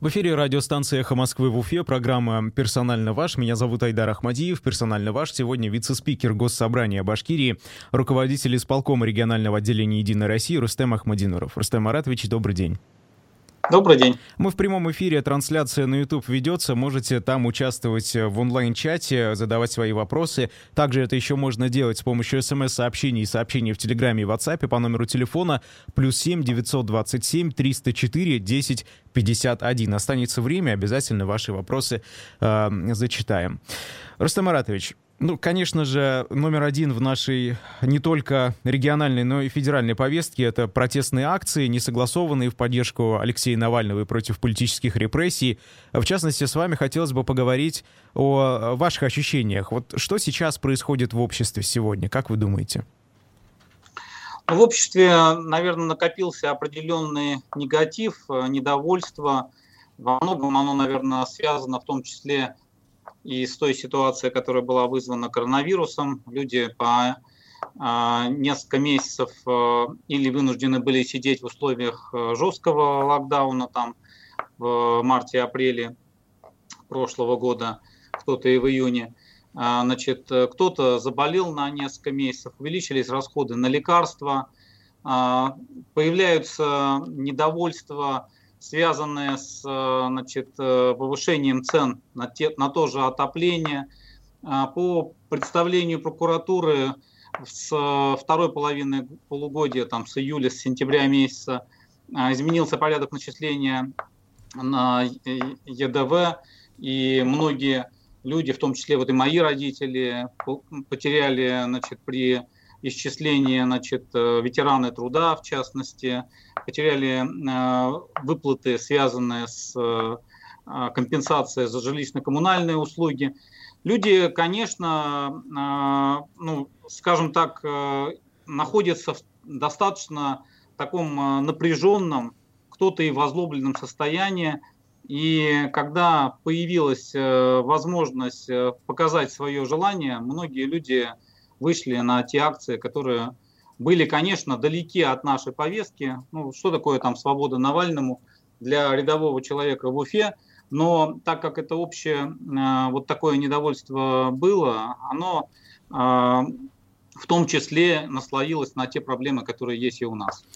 В эфире радиостанция «Эхо Москвы» в Уфе, программа «Персонально ваш». Меня зовут Айдар Ахмадиев. «Персонально ваш» сегодня вице-спикер Госсобрания Башкирии, руководитель исполкома регионального отделения «Единой России» Рустем Ахмадинуров. Рустем Маратович, добрый день. Добрый день. Мы в прямом эфире, трансляция на YouTube ведется, можете там участвовать в онлайн-чате, задавать свои вопросы. Также это еще можно делать с помощью смс-сообщений и сообщений в Телеграме и WhatsApp по номеру телефона +7 927 304 10 51. Останется время, обязательно ваши вопросы зачитаем. Рустем Маратович, конечно же, номер один в нашей не только региональной, но и федеральной повестке — это протестные акции, несогласованные в поддержку Алексея Навального и против политических репрессий. В частности, с вами хотелось бы поговорить о ваших ощущениях. Вот что сейчас происходит в обществе сегодня, как вы думаете? В обществе, наверное, накопился определенный негатив, недовольство. Во многом оно, наверное, связано в том числе и с той ситуацией, которая была вызвана коронавирусом. Люди по несколько месяцев или вынуждены были сидеть в условиях жесткого локдауна там в марте-апреле прошлого года, кто-то и в июне. Кто-то заболел на несколько месяцев, увеличились расходы на лекарства, появляются недовольства, связанные с повышением цен на то же отопление. По представлению прокуратуры с второй половины полугодия, с июля, с сентября месяца, изменился порядок начисления на ЕДВ, и многие люди, в том числе и мои родители, потеряли при исчислении, ветераны труда, в частности, потеряли выплаты, связанные с компенсацией за жилищно-коммунальные услуги. Люди, конечно, скажем так, находятся в достаточно таком напряженном, кто-то и в озлобленном состоянии. И когда появилась возможность показать свое желание, многие люди вышли на те акции, которые были, конечно, далеки от нашей повестки. Что такое свобода Навальному для рядового человека в Уфе? Но так как это общее такое недовольство было, оно в том числе наслоилось на те проблемы, которые есть и у нас.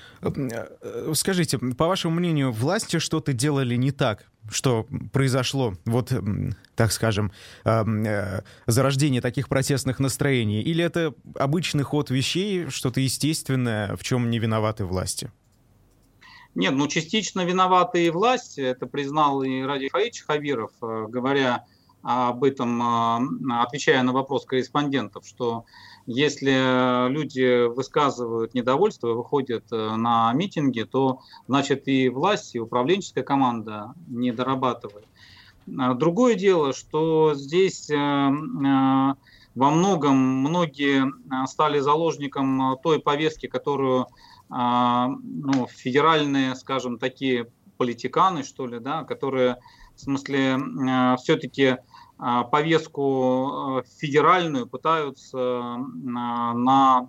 Скажите, по вашему мнению, власти что-то делали не так? Что произошло, так скажем, зарождение таких протестных настроений? Или это обычный ход вещей, что-то естественное, в чем не виноваты власти? Нет, частично виноваты и власти. Это признал и Радий Фаич Хавиров, говоря об этом, отвечая на вопрос корреспондентов, что если люди высказывают недовольство, выходят на митинги, то значит и власть, и управленческая команда не дорабатывает. Другое дело, что здесь во многом многие стали заложником той повестки, которую федеральные, скажем, такие политиканы, что ли, которые в смысле все-таки повестку федеральную пытаются на,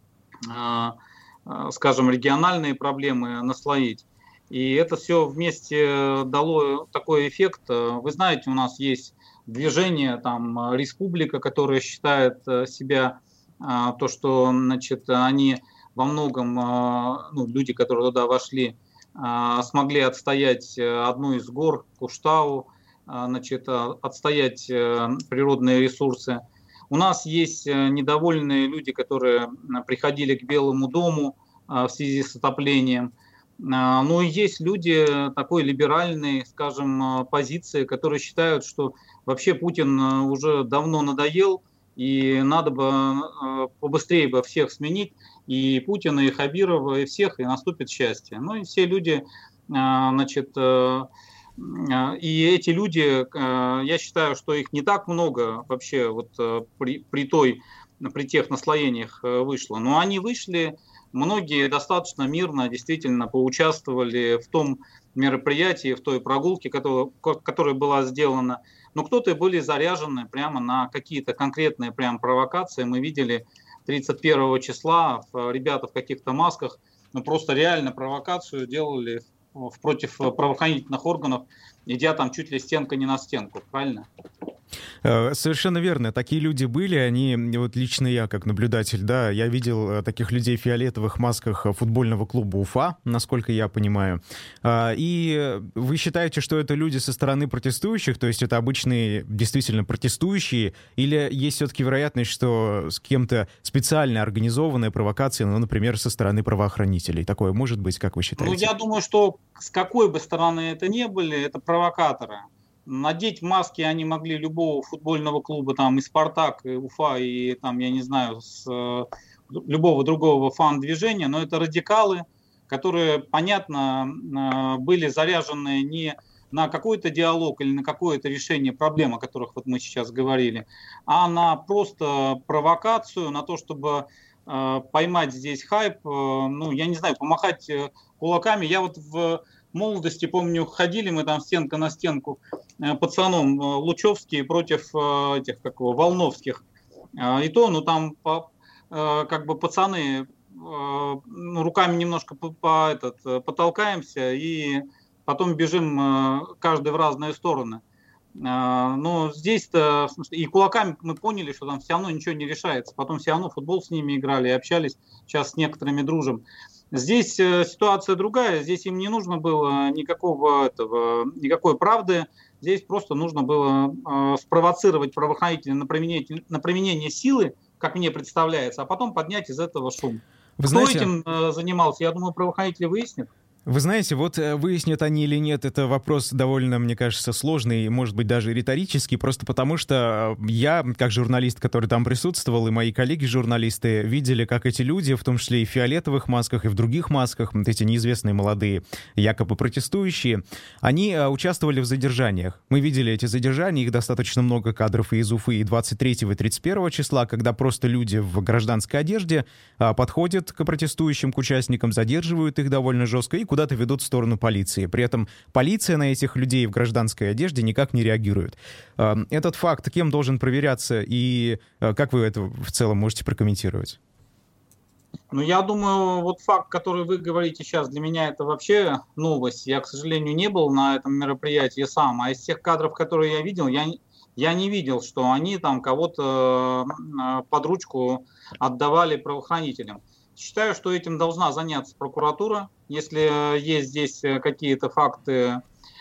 скажем, региональные проблемы наслоить. И это все вместе дало такой эффект. Вы знаете, у нас есть движение, Республика, которая считает себя, то, что, они во многом, люди, которые туда вошли, смогли отстоять одну из гор, Куштау, отстоять природные ресурсы. У нас есть недовольные люди, которые приходили к Белому дому в связи с отоплением. Но и есть люди такой либеральной, скажем, позиции, которые считают, что вообще Путин уже давно надоел, и надо бы побыстрее бы всех сменить, и Путина, и Хабирова, и всех, и наступит счастье. И все люди, и эти люди, я считаю, что их не так много вообще при тех наслоениях вышло, но они вышли, многие достаточно мирно действительно поучаствовали в том мероприятии, в той прогулке, которая была сделана. Но кто-то были заряжены прямо на какие-то конкретные провокации. Мы видели 31 числа ребята в каких-то масках, просто реально провокацию делали против правоохранительных органов, идя там чуть ли стенка не на стенку, правильно? Совершенно верно. Такие люди были, они, вот лично я, как наблюдатель, да, я видел таких людей в фиолетовых масках футбольного клуба Уфа, насколько я понимаю. И вы считаете, что это люди со стороны протестующих, то есть это обычные действительно протестующие, или есть все-таки вероятность, что с кем-то специально организованная провокация, ну, например, со стороны правоохранителей? Такое может быть, как вы считаете? Ну, я думаю, что с какой бы стороны это ни были, это провокаторы. Надеть маски они могли любого футбольного клуба, там и «Спартак», и «Уфа», и там, я не знаю, любого другого фан-движения, но это радикалы, которые, понятно, были заряжены не на какой-то диалог или на какое-то решение проблем, о которых вот мы сейчас говорили, а на просто провокацию, на то, чтобы поймать здесь хайп, ну, я не знаю, помахать кулаками. Я вот в молодости, помню, ходили мы там стенка на стенку пацаном Лучевские против этих, как его, Волновских. И то, ну, там как бы пацаны ну, руками немножко потолкаемся и потом бежим каждый в разные стороны. Но здесь-то, в смысле, и кулаками мы поняли, что там все равно ничего не решается. Потом все равно в футбол с ними играли и общались. Сейчас с некоторыми дружим. Здесь ситуация другая. Здесь им не нужно было никакой правды. Здесь просто нужно было спровоцировать правоохранителей на применение силы, как мне представляется, а потом поднять из этого шум. Кто этим занимался? Я думаю, правоохранители выяснят. Вы знаете, вот выяснят они или нет, это вопрос довольно, мне кажется, сложный, может быть, даже риторический, просто потому что я, как журналист, который там присутствовал, и мои коллеги-журналисты видели, как эти люди, в том числе и в фиолетовых масках, и в других масках, вот эти неизвестные молодые, якобы протестующие, они участвовали в задержаниях. Мы видели эти задержания, их достаточно много кадров и из Уфы, и 23 и 31 числа, когда просто люди в гражданской одежде подходят к протестующим, к участникам, задерживают их довольно жестко и куда-то ведут в сторону полиции. При этом полиция на этих людей в гражданской одежде никак не реагирует. Этот факт кем должен проверяться и как вы это в целом можете прокомментировать? Ну, я думаю, вот факт, который вы говорите сейчас, для меня это вообще новость. Я, к сожалению, не был на этом мероприятии сам, а из тех кадров, которые я видел, я не видел, что они там кого-то под ручку отдавали правоохранителям. Считаю, что этим должна заняться прокуратура, если есть здесь какие-то факты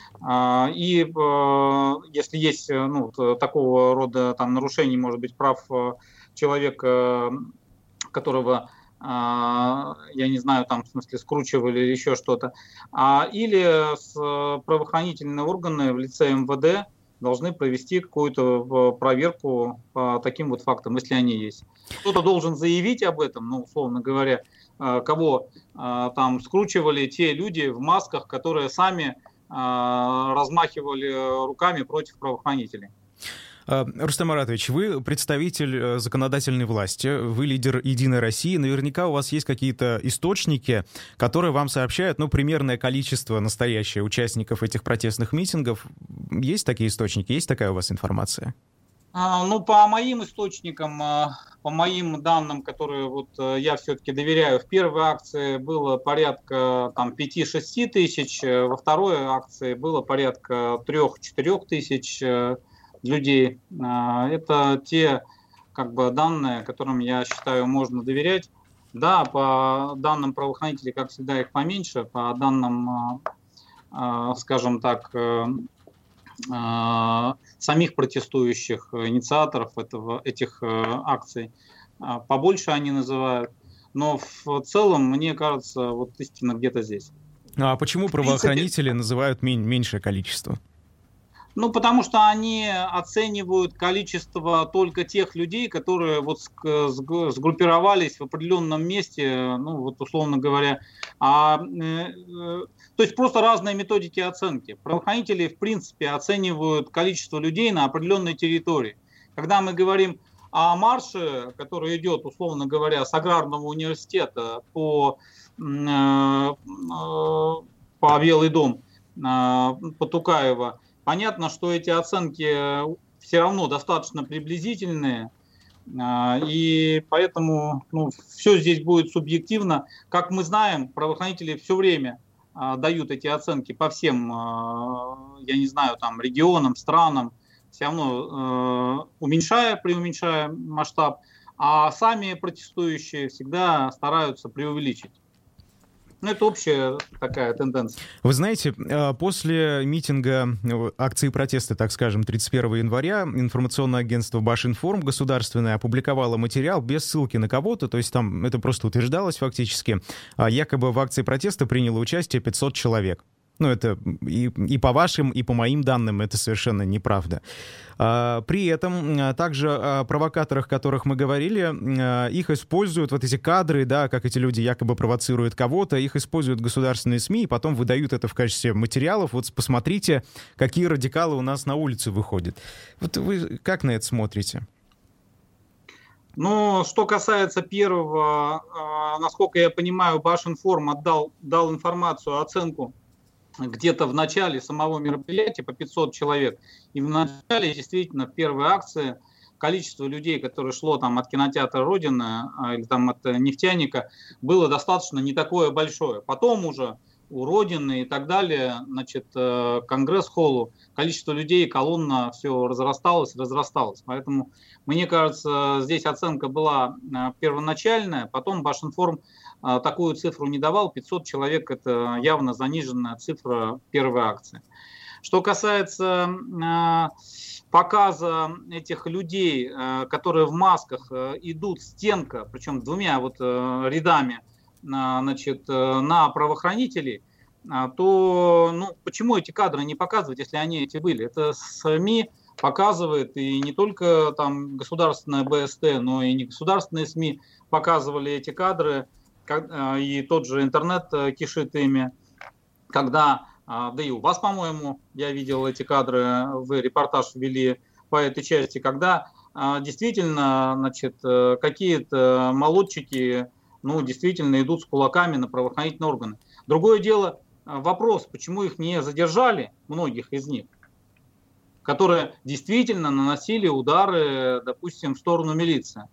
и если есть такого рода там, нарушений, может быть, прав человека, которого, я не знаю, там, в смысле, скручивали или еще что-то, или правоохранительные органы в лице МВД должны провести какую-то проверку по таким вот фактам, если они есть. Кто-то должен заявить об этом, ну, условно говоря, кого там скручивали те люди в масках, которые сами размахивали руками против правоохранителей. Рустам Маратович, вы представитель законодательной власти, вы лидер «Единой России». Наверняка у вас есть какие-то источники, которые вам сообщают, ну, примерное количество настоящих участников этих протестных митингов. Есть такие источники? Есть такая у вас информация? Ну, по моим источникам, по моим данным, которые вот я все-таки доверяю, в первой акции было порядка там 5-6 тысяч, во второй акции было порядка 3-4 тысяч людей. Это те как бы данные, которым я считаю можно доверять. Да, по данным правоохранителей, как всегда, их поменьше, по данным, скажем так, самих протестующих, инициаторов этих акций, побольше они называют. Но в целом, мне кажется, вот истина где-то здесь. А почему правоохранители называют меньшее количество? Ну, потому что они оценивают количество только тех людей, которые вот сгруппировались в определенном месте, ну, вот условно говоря. То есть просто разные методики оценки. Правоохранители, в принципе, оценивают количество людей на определенной территории. Когда мы говорим о марше, который идет, условно говоря, с аграрного университета по Белый дом, по Тукаева, понятно, что эти оценки все равно достаточно приблизительные, и поэтому все здесь будет субъективно. Как мы знаем, правоохранители все время дают эти оценки по всем, я не знаю, там, регионам, странам, все равно преуменьшая масштаб, а сами протестующие всегда стараются преувеличить. Ну, это общая такая тенденция. Вы знаете, после митинга, акции протеста, так скажем, 31 января, информационное агентство Башинформ государственное опубликовало материал без ссылки на кого-то, то есть там это просто утверждалось фактически. Якобы в акции протеста приняло участие 500 человек. Ну, это и по вашим, и по моим данным это совершенно неправда. При этом также о провокаторах, о которых мы говорили, их используют, вот эти кадры, да, как эти люди якобы провоцируют кого-то, их используют государственные СМИ, и потом выдают это в качестве материалов. Вот посмотрите, какие радикалы у нас на улицу выходят. Вот вы как на это смотрите? Ну, что касается первого, насколько я понимаю, Башинформ дал информацию, оценку где-то в начале самого мероприятия по 500 человек. И в начале, действительно, в первой акции количество людей, которое шло там от кинотеатра «Родина» или там от «Нефтяника», было достаточно не такое большое. Потом уже у «Родины» и так далее, значит, Конгресс-холлу, количество людей, колонна все разрасталось. Поэтому, мне кажется, здесь оценка была первоначальная, потом Башинформ такую цифру не давал. 500 человек – это явно заниженная цифра первой акции. Что касается показа этих людей, которые в масках идут стенка, причем двумя вот рядами, значит, на правоохранителей, то почему эти кадры не показывать, если они эти были? Это СМИ показывает, и не только там государственная БСТ, но и негосударственные СМИ показывали эти кадры, и тот же интернет кишит ими, когда, да и у вас, по-моему, я видел эти кадры, вы репортаж вели по этой части, когда действительно, значит, какие-то молодчики, действительно идут с кулаками на правоохранительные органы. Другое дело, вопрос, почему их не задержали, многих из них, которые действительно наносили удары, допустим, в сторону милиции.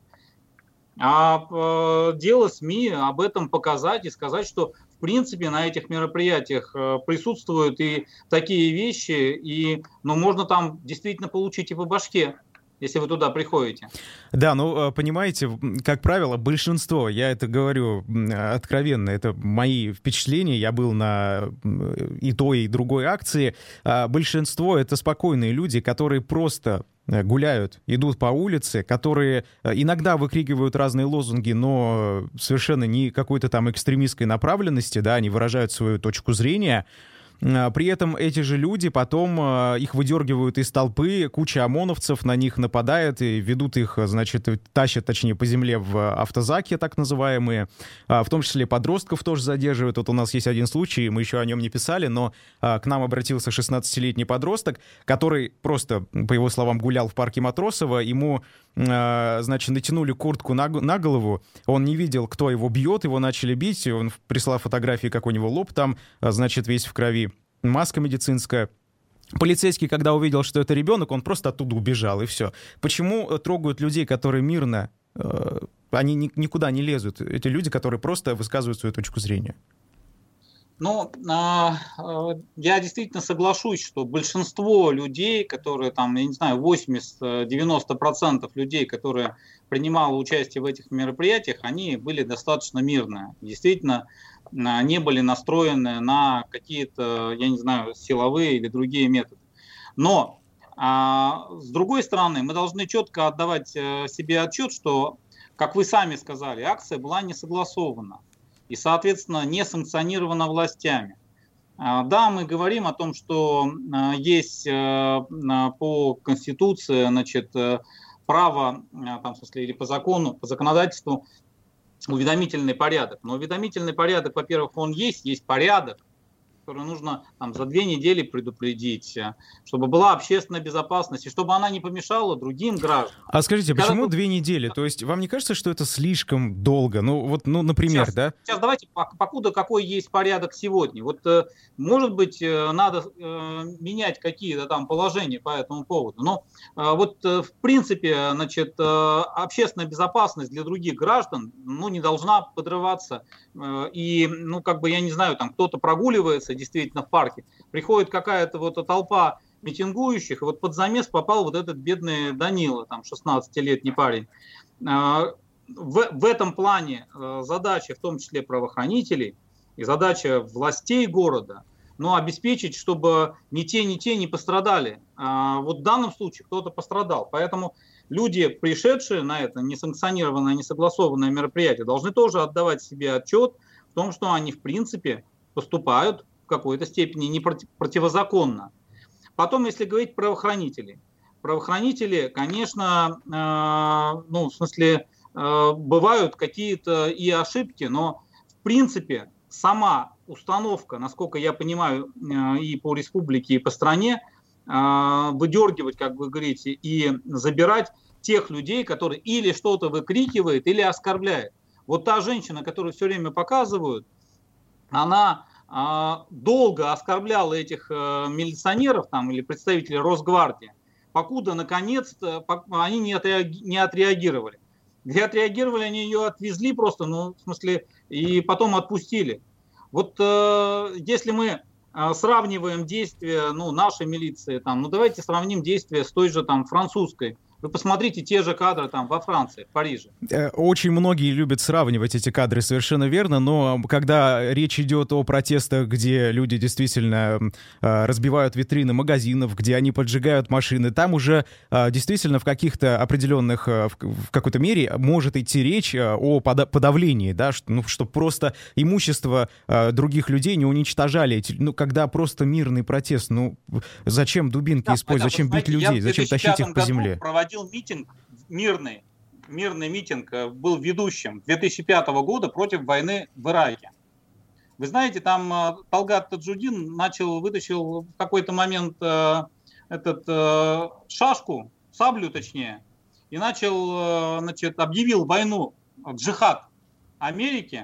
А дело СМИ об этом показать и сказать, что в принципе на этих мероприятиях присутствуют и такие вещи, и можно там действительно получить и по башке, если вы туда приходите. Да, понимаете, как правило, большинство, я это говорю откровенно, это мои впечатления, я был на и той, и другой акции, большинство — это спокойные люди, которые просто гуляют, идут по улице, которые иногда выкрикивают разные лозунги, но совершенно не какой-то там экстремистской направленности, да, они выражают свою точку зрения. При этом эти же люди потом их выдергивают из толпы, куча ОМОНовцев на них нападает и ведут их, значит, тащат, точнее, по земле в автозаки, так называемые. В том числе подростков тоже задерживают. Вот у нас есть один случай, мы еще о нем не писали, но к нам обратился 16-летний подросток, который просто, по его словам, гулял в парке Матросова, ему, значит, натянули куртку на голову, он не видел, кто его бьет, его начали бить, он прислал фотографии, как у него лоб там, значит, весь в крови. Маска медицинская. Полицейский, когда увидел, что это ребенок, он просто оттуда убежал, и все. Почему трогают людей, которые мирно, они никуда не лезут? Это люди, которые просто высказывают свою точку зрения. Я действительно соглашусь, что большинство людей, которые там, я не знаю, 80-90% людей, которые принимали участие в этих мероприятиях, они были достаточно мирные. Действительно, не были настроены на какие-то, я не знаю, силовые или другие методы. Но, с другой стороны, мы должны четко отдавать себе отчет, что, как вы сами сказали, акция была не согласована и, соответственно, не санкционирована властями. Да, мы говорим о том, что есть по Конституции, значит, право, там, в смысле, или по закону, по законодательству, уведомительный порядок. Но уведомительный порядок, во-первых, он есть порядок, которую нужно там, за 2 недели предупредить, чтобы была общественная безопасность, и чтобы она не помешала другим гражданам. А скажите, почему 2 недели? То есть вам не кажется, что это слишком долго? Ну, вот, ну, например, да? Сейчас давайте, покуда какой есть порядок сегодня. Вот, может быть, надо менять какие-то там положения по этому поводу. Но вот, в принципе, значит, общественная безопасность для других граждан, ну, не должна подрываться. И, ну, как бы, я не знаю, там кто-то прогуливается действительно в парке, приходит какая-то вот толпа митингующих, и вот под замес попал вот этот бедный Данила, там, 16-летний парень. В этом плане задача, в том числе правоохранителей, и задача властей города, но обеспечить, чтобы ни те, не пострадали. Вот в данном случае кто-то пострадал. Поэтому люди, пришедшие на это несанкционированное, несогласованное мероприятие, должны тоже отдавать себе отчет в том, что они, в принципе, поступают в какой-то степени не противозаконно. Потом, если говорить про правоохранителей. Правоохранители, конечно, ну, в смысле, бывают какие-то и ошибки, но, в принципе, сама установка, насколько я понимаю, и по республике, и по стране, выдергивать, как вы говорите, и забирать тех людей, которые или что-то выкрикивают, или оскорбляют. Вот та женщина, которую все время показывают, она долго оскорбляла этих милиционеров там, или представителей Росгвардии, покуда, наконец-то, они не отреагировали. Где отреагировали, они ее отвезли просто, ну, в смысле, и потом отпустили. Вот если мы сравниваем действия, ну, нашей милиции, там, ну, давайте сравним действия с той же там французской. Вы посмотрите те же кадры там во Франции, в Париже. Очень многие любят сравнивать эти кадры, совершенно верно, но когда речь идет о протестах, где люди действительно разбивают витрины магазинов, где они поджигают машины, там уже действительно в каких-то определенных, в какой-то мере может идти речь о подавлении, да, ну, чтобы просто имущество других людей не уничтожали. Ну, когда просто мирный протест, ну, зачем дубинки использовать, зачем бить людей, зачем тащить их по земле? Проводил митинг мирный митинг, был ведущим 2005 года против войны в Ираке. Вы знаете, там Талгат Таджудин вытащил в какой-то момент шашку, саблю точнее, и объявил войну, джихад Америке,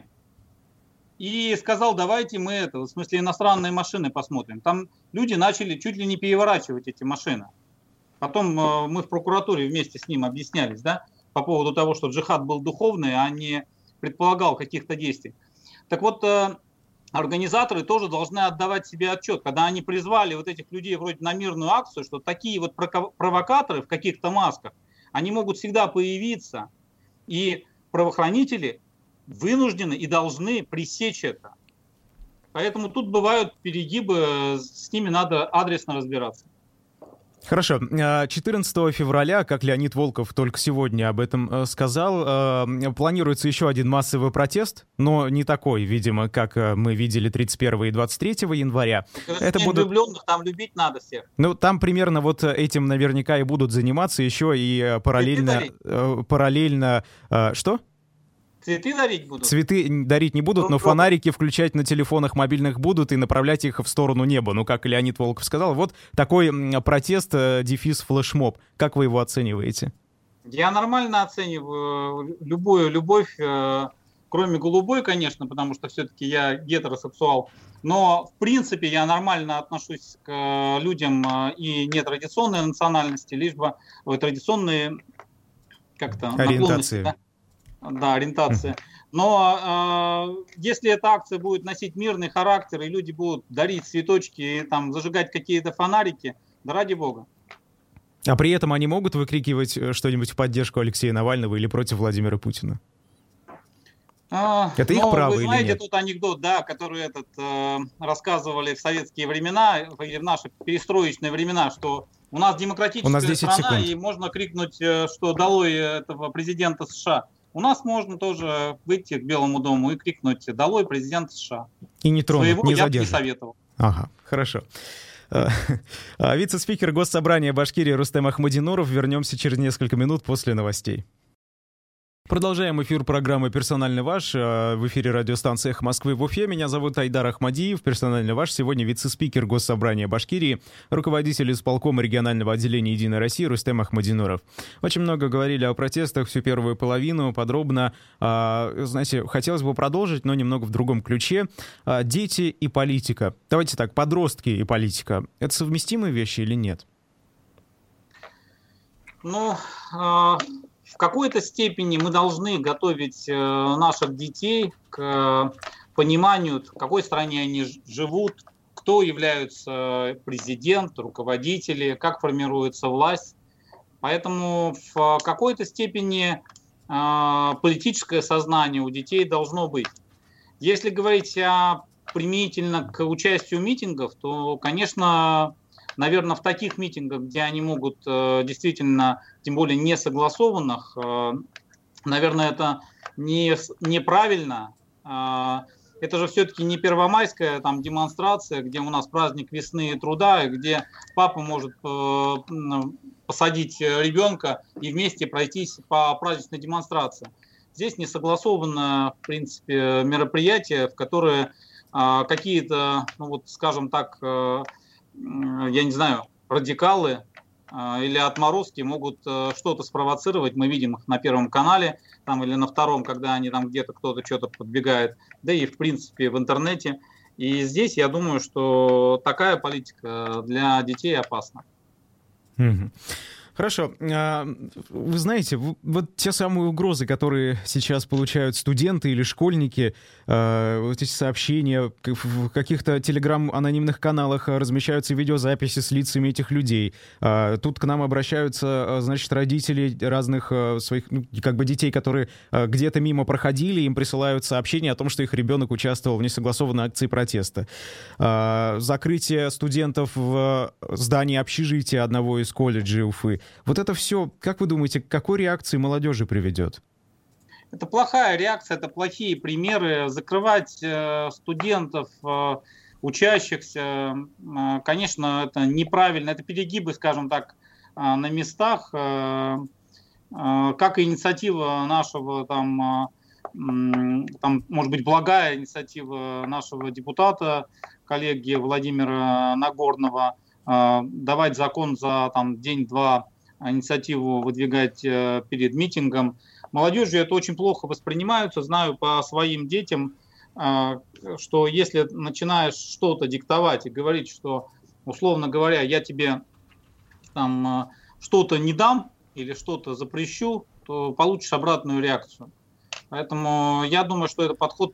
и сказал, давайте мы в смысле иностранные машины посмотрим. Там люди начали чуть ли не переворачивать эти машины. Потом мы в прокуратуре вместе с ним объяснялись, да, по поводу того, что джихад был духовный, а не предполагал каких-то действий. Так вот, организаторы тоже должны отдавать себе отчет, когда они призвали вот этих людей вроде на мирную акцию, что такие вот провокаторы в каких-то масках, они могут всегда появиться, и правоохранители вынуждены и должны пресечь это. Поэтому тут бывают перегибы, с ними надо адресно разбираться. Хорошо. 14 февраля, как Леонид Волков только сегодня об этом сказал, планируется еще один массовый протест, но не такой, видимо, как мы видели 31 и 23 января. Это будут... влюбленных, там любить надо всех. Ну, там примерно вот этим наверняка и будут заниматься еще и параллельно... Что? Цветы дарить будут? Цветы дарить не будут, но фонарики включать на телефонах мобильных будут и направлять их в сторону неба. Ну, как Леонид Волков сказал, вот такой протест, дефис флешмоб. Как вы его оцениваете? Я нормально оцениваю любую любовь, кроме голубой, конечно, потому что все-таки я гетеросексуал. Но, в принципе, я нормально отношусь к людям и нетрадиционной национальности, лишь бы традиционные как-то ориентации. Да, ориентация. Но если эта акция будет носить мирный характер, и люди будут дарить цветочки и там зажигать какие-то фонарики, да ради бога. А при этом они могут выкрикивать что-нибудь в поддержку Алексея Навального или против Владимира Путина? Это их право или нет? Вы знаете тот анекдот, да, который рассказывали в советские времена, или в наши перестроечные времена, что у нас демократическая страна, и можно крикнуть, что долой этого президента США. У нас можно тоже выйти к Белому дому и крикнуть «Долой президента США». И не тронуть, своего не я бы задерживать. не советовал. Ага, хорошо. Вице-спикер Госсобрания Башкирии Рустем Ахмадинуров. Вернемся через несколько минут после новостей. Продолжаем эфир программы «Персонально ваш». В эфире радиостанции «Эхо Москвы» в Уфе. Меня зовут Айдар Ахмадиев. «Персонально ваш» сегодня вице-спикер Госсобрания Башкирии, руководитель исполкома регионального отделения «Единой России» Рустем Ахмадинуров. Очень много говорили о протестах всю первую половину, подробно. Знаете, хотелось бы продолжить, но немного в другом ключе. Дети и политика. Давайте так, подростки и политика. Это совместимые вещи или нет? В какой-то степени мы должны готовить наших детей к пониманию, в какой стране они живут, кто являются президент, руководители, как формируется власть. Поэтому в какой-то степени политическое сознание у детей должно быть. Если говорить применительно к участию в митингах, то, конечно, наверное, в таких митингах, где они могут действительно, тем более не согласованных, наверное, это неправильно. Это же все-таки не первомайская демонстрация, где у нас праздник весны и труда, и где папа может посадить ребенка и вместе пройтись по праздничной демонстрации. Здесь не согласовано, в принципе, мероприятия, в которые какие-то, скажем так, я не знаю, радикалы или отморозки могут что-то спровоцировать. Мы видим их на Первом канале или на Втором, когда они где-то кто-то что-то подбегает, да и в принципе в интернете. И здесь я думаю, что такая политика для детей опасна. Хорошо. Вы знаете, вот те самые угрозы, которые сейчас получают студенты или школьники, вот эти сообщения, в каких-то телеграм-анонимных каналах размещаются видеозаписи с лицами этих людей. Тут к нам обращаются, значит, родители разных своих, детей, которые где-то мимо проходили, им присылают сообщения о том, что их ребенок участвовал в несогласованной акции протеста. Закрытие студентов в здании общежития одного из колледжей Уфы. Вот это все, как вы думаете, к какой реакции молодежи приведет? Это плохая реакция, это плохие примеры. Закрывать студентов, учащихся, конечно, это неправильно. Это перегибы, скажем так, на местах. Как инициатива нашего, может быть, благая инициатива нашего депутата, коллеги Владимира Нагорного, давать закон за день-два, инициативу выдвигать перед митингом. Молодежью это очень плохо воспринимается. Знаю по своим детям, что если начинаешь что-то диктовать и говорить, что, условно говоря, я тебе что-то не дам или что-то запрещу, то получишь обратную реакцию. Поэтому я думаю, что этот подход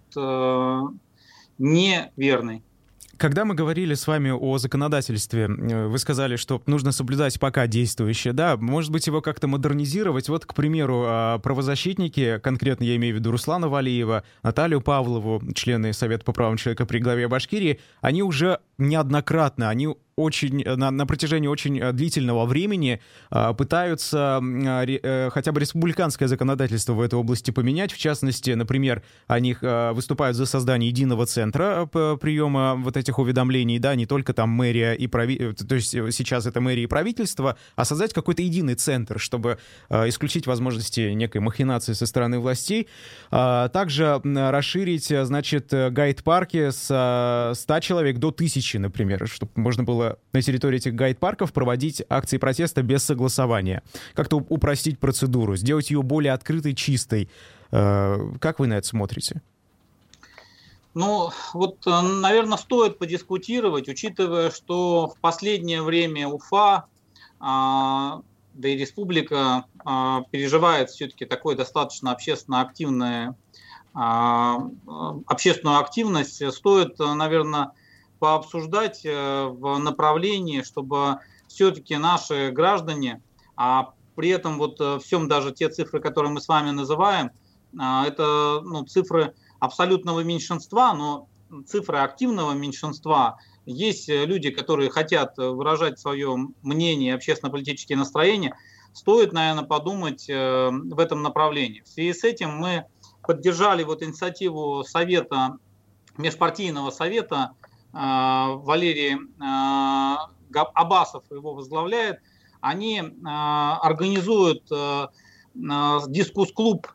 неверный. Когда мы говорили с вами о законодательстве, вы сказали, что нужно соблюдать пока действующее, да, может быть, его как-то модернизировать. Вот, к примеру, правозащитники, конкретно я имею в виду Руслана Валиева, Наталью Павлову, члены Совета по правам человека при главе Башкирии, они уже неоднократно, на протяжении очень длительного времени пытаются хотя бы республиканское законодательство в этой области поменять. В частности, например, они выступают за создание единого центра приема вот этих уведомлений, да, не только мэрия и правительство, то есть сейчас это мэрия и правительство, а создать какой-то единый центр, чтобы исключить возможности некой махинации со стороны властей. Также расширить, значит, гайд-парки с 100 человек до 1000, например, чтобы можно было на территории этих гайд-парков проводить акции протеста без согласования. Как-то упростить процедуру, сделать ее более открытой, чистой. Как вы на это смотрите? Наверное, стоит подискутировать, учитывая, что в последнее время Уфа, да и республика переживает все-таки такой достаточно общественную активность. Стоит, наверное, пообсуждать в направлении, чтобы все-таки наши граждане, а при этом всем даже те цифры, которые мы с вами называем, это цифры абсолютного меньшинства, но цифры активного меньшинства. Есть люди, которые хотят выражать свое мнение, общественно-политические настроения. Стоит, наверное, подумать в этом направлении. В связи с этим мы поддержали инициативу межпартийного совета. Валерий Абасов его возглавляет. Они организуют дискус-клуб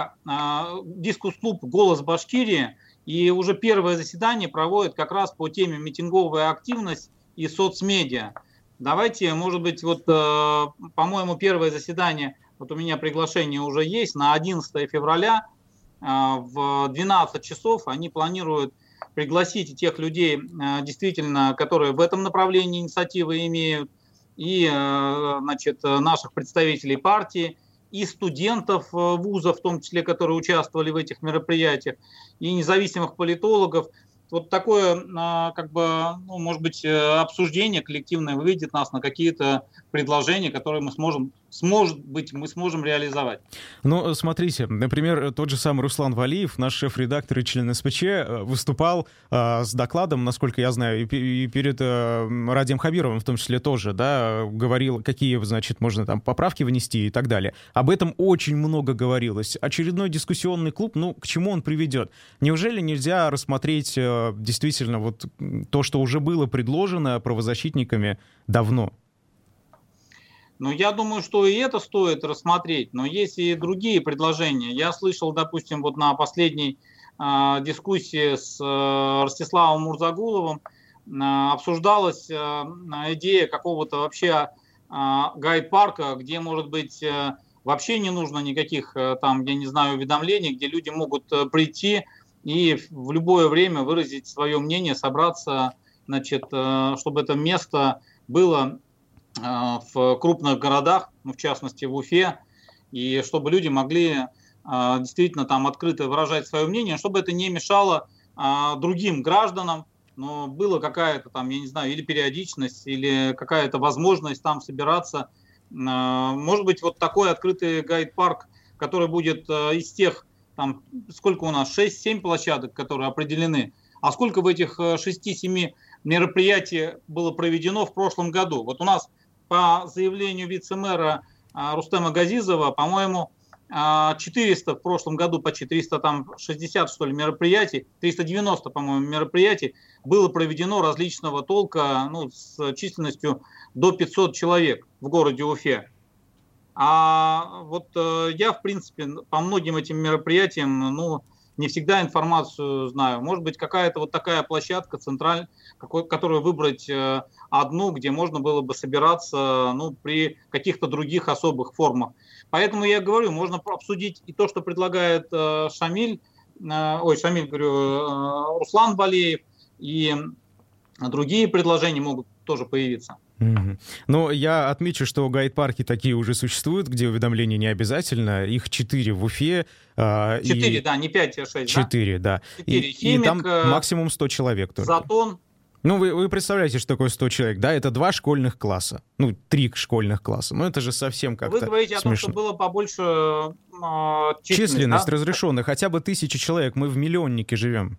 «Голос Башкирии», и уже первое заседание проводит как раз по теме митинговая активность и соцмедиа. Давайте, может быть, по-моему, первое заседание, у меня приглашение уже есть, на 11 февраля в 12 часов они планируют пригласить тех людей, действительно, которые в этом направлении инициативы имеют, и наших представителей партии, и студентов вузов, в том числе, которые участвовали в этих мероприятиях, и независимых политологов. Вот такое, может быть, обсуждение коллективное выведет нас на какие-то предложения, которые мы сможем реализовать. Ну, смотрите, например, тот же самый Руслан Валиев, наш шеф-редактор и член СПЧ, выступал с докладом, насколько я знаю, и перед Радием Хабировым в том числе тоже, да, говорил, какие, значит, можно там поправки внести и так далее. Об этом очень много говорилось. Очередной дискуссионный клуб, к чему он приведет? Неужели нельзя рассмотреть действительно вот то, что уже было предложено правозащитниками давно? Я думаю, что и это стоит рассмотреть, но есть и другие предложения. Я слышал, допустим, на последней дискуссии с Ростиславом Мурзагуловым обсуждалась идея какого-то вообще гайд-парка, где, может быть, вообще не нужно никаких уведомлений, где люди могут прийти и в любое время выразить свое мнение, собраться, чтобы это место было в крупных городах, в частности в Уфе, и чтобы люди могли действительно там открыто выражать свое мнение, чтобы это не мешало другим гражданам, но была какая-то там, я не знаю, или периодичность, или какая-то возможность там собираться. Может быть, вот такой открытый гайд-парк, который будет из тех, там, сколько у нас, 6-7 площадок, которые определены, а сколько в этих 6-7 мероприятий было проведено в прошлом году. Вот у нас по заявлению вице-мэра Рустема Газизова, по-моему, 400 в прошлом году, почти 360, что ли, мероприятий, 390, по-моему, мероприятий было проведено различного толка, с численностью до 500 человек в городе Уфе. А вот я, в принципе, по многим этим мероприятиям, не всегда информацию знаю. Может быть, какая-то вот такая площадка центральная, которую выбрать одну, где можно было бы собираться при каких-то других особых формах. Поэтому я говорю, можно обсудить и то, что предлагает Руслан Валиев, и другие предложения могут тоже появиться. Но я отмечу, что гайд-парки такие уже существуют, где уведомления не обязательно. Их 4 в Уфе. 4, да, не 5, а 6, 4, да. 4. Химик, и там максимум 100 человек только. Затон. Вы представляете, что такое 100 человек, да? Это 2 школьных класса. 3 школьных класса. Это же совсем как-то Вы говорите смешно. О том, что было побольше численность да? разрешенных. Хотя бы 1000 человек. Мы в миллионнике живем.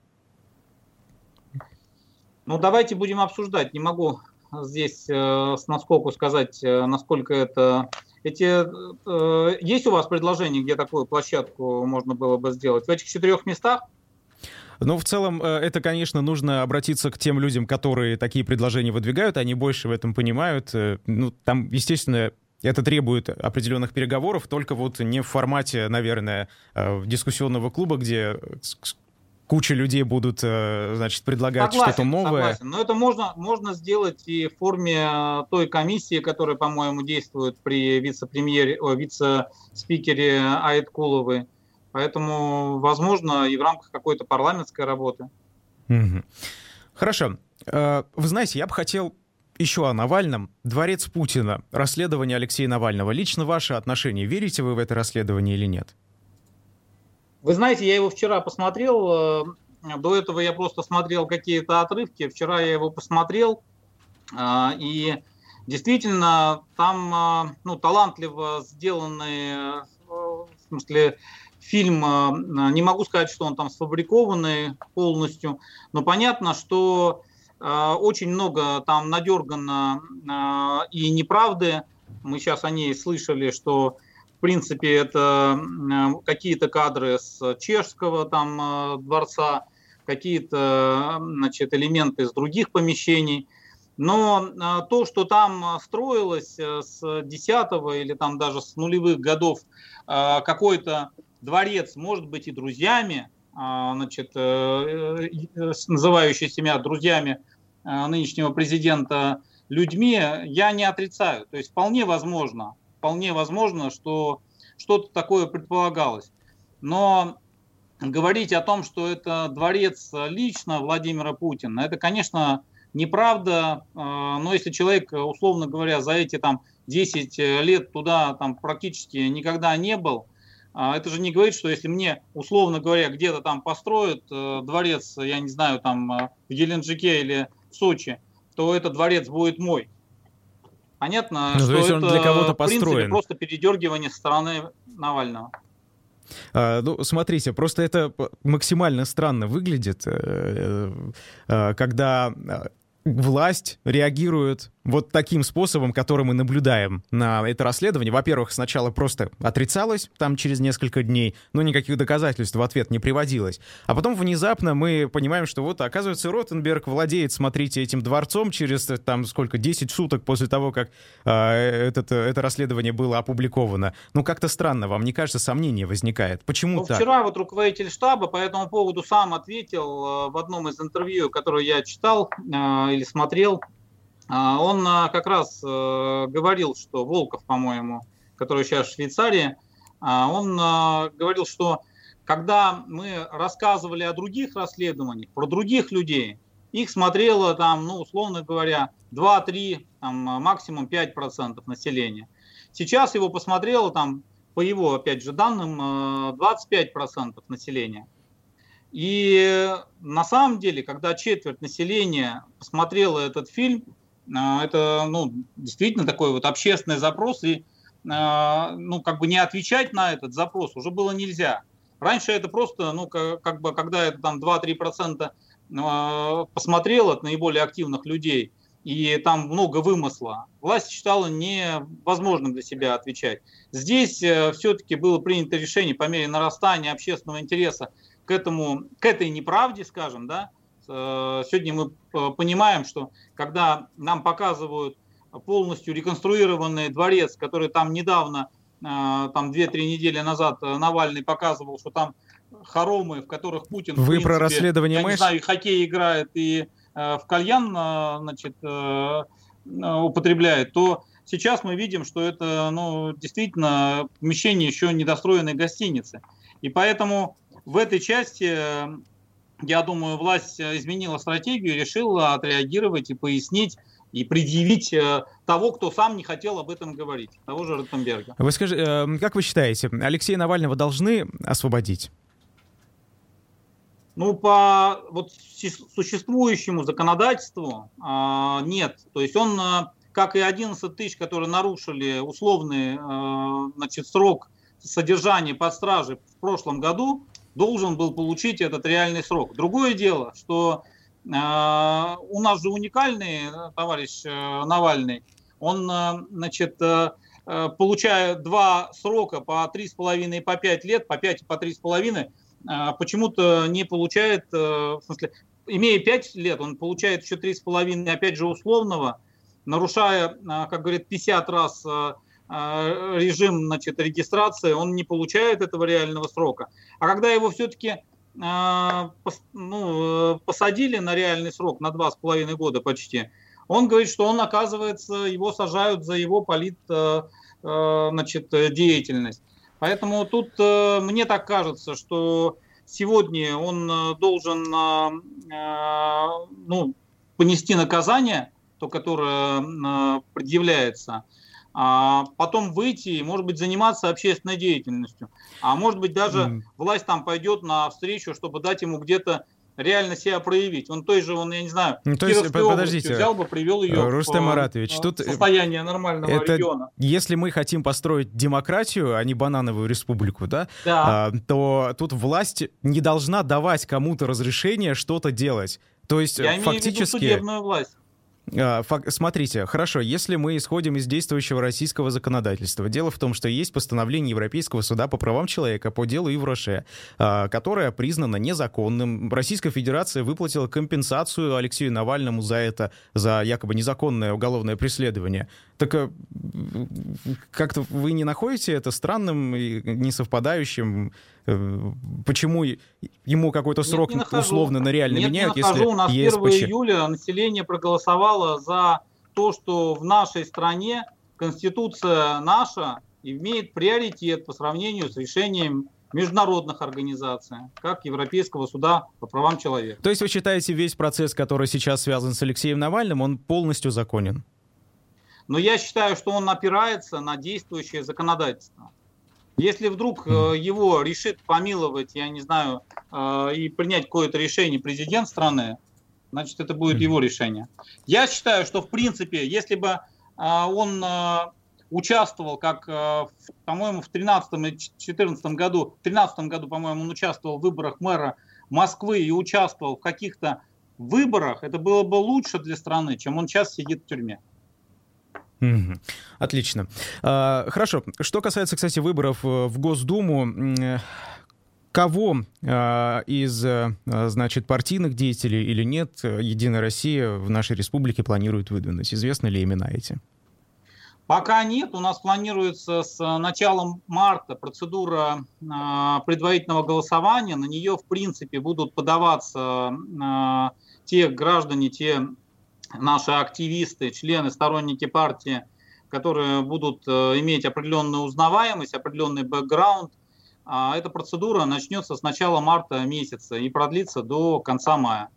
Давайте будем обсуждать. Не могу здесь с наскоку сказать, насколько это... Есть у вас предложение, где такую площадку можно было бы сделать? В этих 4 местах? В целом, это, конечно, нужно обратиться к тем людям, которые такие предложения выдвигают, они больше в этом понимают. Там, естественно, это требует определенных переговоров, только не в формате, наверное, дискуссионного клуба, где куча людей будут, предлагать что-то новое. Согласен. Но это можно сделать и в форме той комиссии, которая, по-моему, действует при вице-спикере Айткуловой. Поэтому, возможно, и в рамках какой-то парламентской работы. Хорошо. Вы знаете, я бы хотел еще о Навальном. Дворец Путина. Расследование Алексея Навального. Лично ваше отношение. Верите вы в это расследование или нет? Вы знаете, я его вчера посмотрел. До этого я просто смотрел какие-то отрывки. Вчера я его посмотрел. И действительно, там талантливо сделанный, в смысле, фильм, не могу сказать, что он там сфабрикованный полностью, но понятно, что очень много там надергано и неправды. Мы сейчас о ней слышали, что в принципе это какие-то кадры с чешского там дворца, какие-то элементы из других помещений. Но то, что там строилось с 10-го или там даже с нулевых годов, какой-то дворец, может быть, и друзьями, значит, называющий себя друзьями нынешнего президента людьми, я не отрицаю. То есть вполне возможно, что что-то такое предполагалось. Но говорить о том, что это дворец лично Владимира Путина, это, конечно, неправда. Но если человек, условно говоря, за эти там 10 лет туда там практически никогда не был, это же не говорит, что если мне, условно говоря, где-то там построят дворец, я не знаю, там в Геленджике или в Сочи, то этот дворец будет мой. Понятно, что это он для кого-то в принципе построен. просто передергивание со стороны Навального. Ну, смотрите, просто это максимально странно выглядит, когда власть реагирует вот таким способом, который мы наблюдаем на это расследование. Во-первых, сначала просто отрицалось там через несколько дней, но никаких доказательств в ответ не приводилось. А потом внезапно мы понимаем, что вот, оказывается, Ротенберг владеет, смотрите, этим дворцом через там сколько, 10 суток после того, как это расследование было опубликовано. Ну, как-то странно, вам не кажется, сомнение возникает? Почему так? Вчера вот руководитель штаба по этому поводу сам ответил в одном из интервью, которое я читал или смотрел. Он как раз говорил, что Волков, по-моему, который сейчас в Швейцарии, он говорил, что когда мы рассказывали о других расследованиях, про других людей, их смотрело там, ну, условно говоря, 2-3, там, максимум 5% населения. Сейчас его посмотрело там, по его, опять же, данным, 25% населения. И на самом деле, когда четверть населения посмотрела этот фильм, это, ну, действительно такой вот общественный запрос, и, ну, как бы не отвечать на этот запрос уже было нельзя. Раньше это просто, ну, как бы, когда это там 2-3% посмотрело от наиболее активных людей, и там много вымысла, власть считала невозможным для себя отвечать. Здесь все-таки было принято решение по мере нарастания общественного интереса к этой неправде, скажем, да. Сегодня мы понимаем, что когда нам показывают полностью реконструированный дворец, который там недавно, там 2-3 недели назад Навальный показывал, что там хоромы, в которых Путин, Вы в принципе, про расследование я не знаю, и хоккей играет, и в кальян, значит, употребляет, то сейчас мы видим, что это, ну, действительно помещение еще недостроенной гостиницы. И поэтому в этой части, я думаю, власть изменила стратегию и решила отреагировать и пояснить, и предъявить того, кто сам не хотел об этом говорить, того же Ротенберга. Вы скажите, как вы считаете, Алексея Навального должны освободить? Ну, по вот существующему законодательству нет. То есть он, как и 11 тысяч, которые нарушили условный, значит, срок содержания под стражей в прошлом году, должен был получить этот реальный срок. Другое дело, что у нас же уникальный товарищ Навальный, он, значит, получая 2 срока по 3,5 и по 5 лет, по 5 и по 3,5, почему-то не получает, в смысле, имея 5 лет, он получает еще 3,5, опять же, условного, нарушая, как говорит, 50 раз режим, значит, регистрации, он не получает этого реального срока. А когда его все-таки посадили на реальный срок, на 2,5 года почти, он говорит, что он, оказывается, его сажают за его значит, деятельность. Поэтому тут мне так кажется, что сегодня он должен понести наказание, то, которое предъявляется, а потом выйти и, может быть, заниматься общественной деятельностью. А может быть, даже власть там пойдет навстречу, чтобы дать ему где-то реально себя проявить. Он той же, я не знаю, Кировской области взял бы, привел ее Рустем Маратович, в состояние нормального региона. Если мы хотим построить демократию, а не банановую республику, да, то тут власть не должна давать кому-то разрешение что-то делать. То есть я имею в виду судебную власть. Смотрите, хорошо, если мы исходим из действующего российского законодательства, дело в том, что есть постановление Европейского суда по правам человека по делу Ивроше, которое признано незаконным. Российская Федерация выплатила компенсацию Алексею Навальному за это, за якобы незаконное уголовное преследование. Так как-то вы не находите это странным и несовпадающим? Почему ему какой-то срок условно на реально меняют, если У нас 1 ЕСПЧ? июля население проголосовало за то, что в нашей стране Конституция наша имеет приоритет по сравнению с решением международных организаций, как Европейского суда по правам человека. То есть вы считаете, весь процесс, который сейчас связан с Алексеем Навальным, он полностью законен? Но я считаю, что он опирается на действующее законодательство. Если вдруг его решит помиловать, я не знаю, и принять какое-то решение президент страны, значит, это будет его решение. Я считаю, что, в принципе, если бы он участвовал, как, по-моему, в 2013 и 2014 году, в 2013 году, по-моему, он участвовал в выборах мэра Москвы и участвовал в каких-то выборах, это было бы лучше для страны, чем он сейчас сидит в тюрьме. Отлично. Хорошо. Что касается, кстати, выборов в Госдуму, кого из, значит, партийных деятелей или нет «Единая Россия» в нашей республике планирует выдвинуть? Известны ли имена эти? Пока нет. У нас планируется с началом марта процедура предварительного голосования. На нее, в принципе, будут подаваться те граждане, те наши активисты, члены, сторонники партии, которые будут иметь определенную узнаваемость, определенный бэкграунд. Эта процедура начнется с начала марта месяца и продлится до конца мая.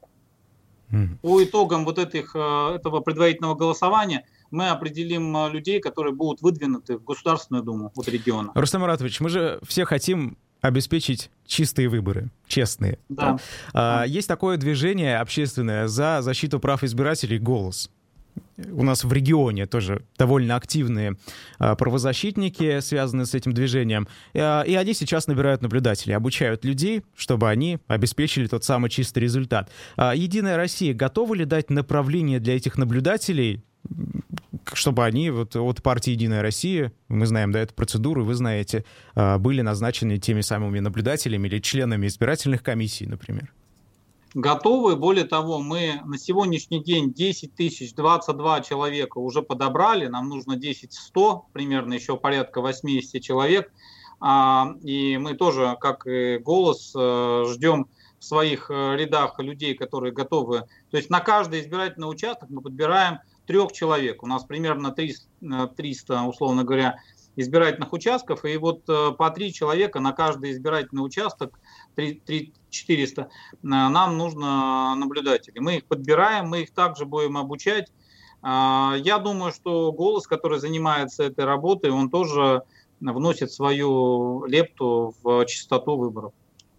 По итогам вот этого предварительного голосования мы определим людей, которые будут выдвинуты в Государственную Думу от региона. Рустам Маратович, мы же все хотим обеспечить чистые выборы, честные. Да. Есть такое движение общественное за защиту прав избирателей «Голос». У нас в регионе тоже довольно активные правозащитники, связанные с этим движением. И они сейчас набирают наблюдателей, обучают людей, чтобы они обеспечили тот самый чистый результат. «Единая Россия» готова ли дать направление для этих наблюдателей, чтобы они вот от партии «Единая Россия», мы знаем, да, эту процедуру, вы знаете, были назначены теми самыми наблюдателями или членами избирательных комиссий, например? Готовы. Более того, мы на сегодняшний день 10 022 человека уже подобрали. Нам нужно 10 100, примерно еще порядка 80 человек. И мы тоже, как и «Голос», ждем в своих рядах людей, которые готовы. То есть на каждый избирательный участок мы подбираем 3 человек. У нас примерно 300, условно говоря, избирательных участков, и вот по 3 человека на каждый избирательный участок, 400, нам нужно наблюдателей. Мы их подбираем, мы их также будем обучать. Я думаю, что «Голос», который занимается этой работой, он тоже вносит свою лепту в чистоту выборов.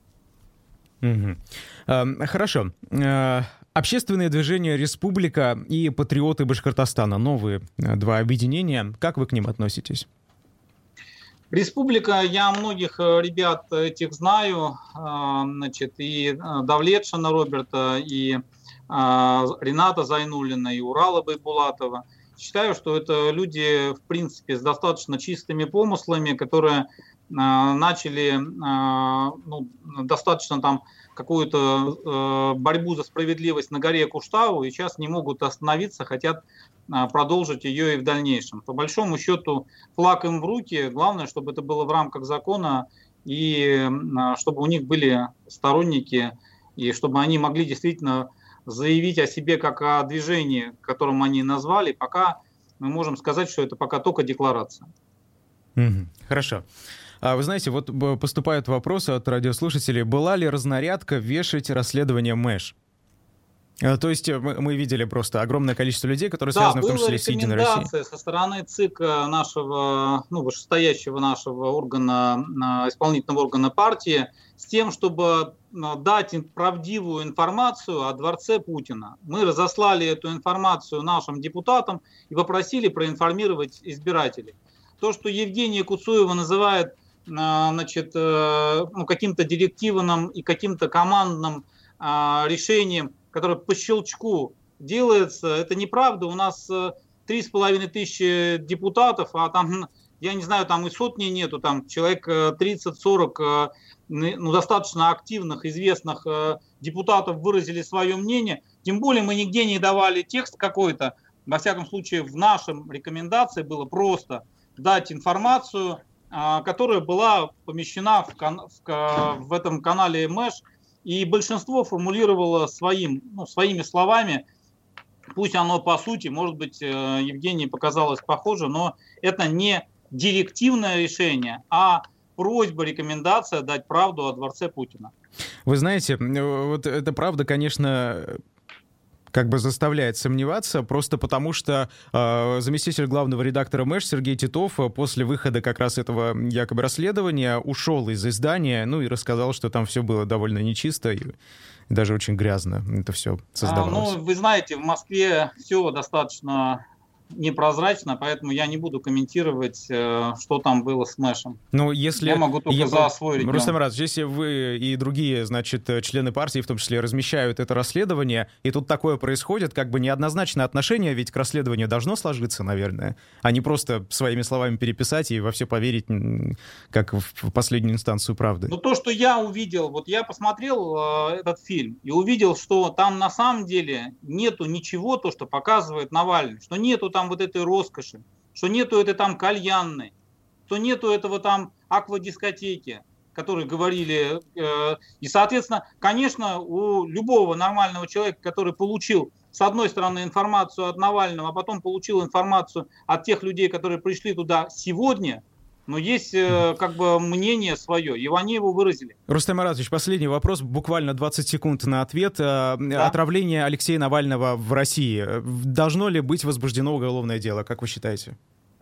Хорошо. Общественные движения «Республика» и «Патриоты Башкортостана», новые 2 объединения, как вы к ним относитесь? «Республика», я многих ребят этих знаю, значит, и Давлетшина Роберта, и Рената Зайнуллина, и Урала Байбулатова. Считаю, что это люди, в принципе, с достаточно чистыми помыслами, которые начали достаточно там какую-то борьбу за справедливость на горе Куштау и сейчас не могут остановиться, хотят продолжить ее и в дальнейшем. По большому счету флаг им в руки, главное, чтобы это было в рамках закона и чтобы у них были сторонники и чтобы они могли действительно заявить о себе как о движении, которым они назвали. Пока мы можем сказать, что это пока только декларация. Хорошо. Вы знаете, вот поступают вопросы от радиослушателей. Была ли разнарядка вешать расследование МЭШ? То есть мы видели просто огромное количество людей, которые связаны в том числе с «Единой Россией». Да, была рекомендация со стороны ЦИК нашего, вышестоящего нашего органа, исполнительного органа партии, с тем, чтобы дать правдивую информацию о дворце Путина. Мы разослали эту информацию нашим депутатам и попросили проинформировать избирателей. То, что Евгения Куцуева называет каким-то директивным и каким-то командным решением, которое по щелчку делается, это неправда. У нас 3,5 тысячи депутатов, а там, я не знаю, там и сотни нету, там человек 30-40 ну, достаточно активных, известных депутатов выразили свое мнение. Тем более мы нигде не давали текст какой-то. Во всяком случае, в нашем рекомендации было просто дать информацию, которая была помещена в этом канале Мэш, и большинство формулировало своими словами. Пусть оно по сути, может быть, Евгении показалось похоже, но это не директивное решение, а просьба, рекомендация дать правду о дворце Путина. Вы знаете, вот это правда, конечно, как бы заставляет сомневаться, просто потому что заместитель главного редактора Мэш Сергей Титов после выхода как раз этого якобы расследования ушел из издания, ну и рассказал, что там все было довольно нечисто и даже очень грязно это все создавалось. Ну, вы знаете, в Москве все достаточно непрозрачно, поэтому я не буду комментировать, что там было с Мэшем. Ну, если... Я могу только за свой регион. Рустам Маратович, если вы и другие, значит, члены партии, в том числе, размещают это расследование, и тут такое происходит, как бы неоднозначное отношение ведь к расследованию должно сложиться, наверное, а не просто своими словами переписать и во все поверить, как в последнюю инстанцию правды. Ну, то, что я увидел, вот я посмотрел этот фильм и увидел, что там на самом деле нету ничего, то, что показывает Навальный, что нету там вот этой роскоши, что нету этой там кальянной, что нету этого там аквадискотеки, которые говорили. И, соответственно, конечно, у любого нормального человека, который получил, с одной стороны, информацию от Навального, а потом получил информацию от тех людей, которые пришли туда сегодня, но есть как бы мнение свое, и они его выразили. Рустам Маратович, последний вопрос, буквально 20 секунд на ответ. Да. Отравление Алексея Навального в России. Должно ли быть возбуждено уголовное дело, как вы считаете?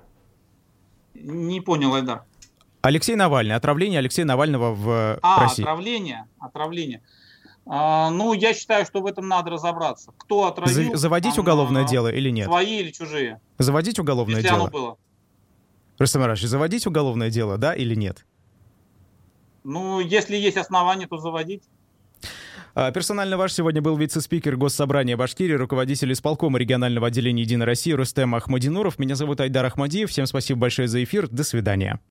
Не понял, Айдар. Алексей Навальный, отравление Алексея Навального в России. Отравление. Ну, я считаю, что в этом надо разобраться. Кто отравил? Заводить уголовное дело или нет? Свои или чужие? Заводить уголовное дело? Если оно было. Рустам Маратович, заводить уголовное дело, да или нет? Ну, если есть основания, то заводить. Персонально ваш сегодня был вице-спикер Госсобрания Башкирии, руководитель исполкома регионального отделения «Единой России» Рустем Ахмадинуров. Меня зовут Айдар Ахмадиев. Всем спасибо большое за эфир. До свидания.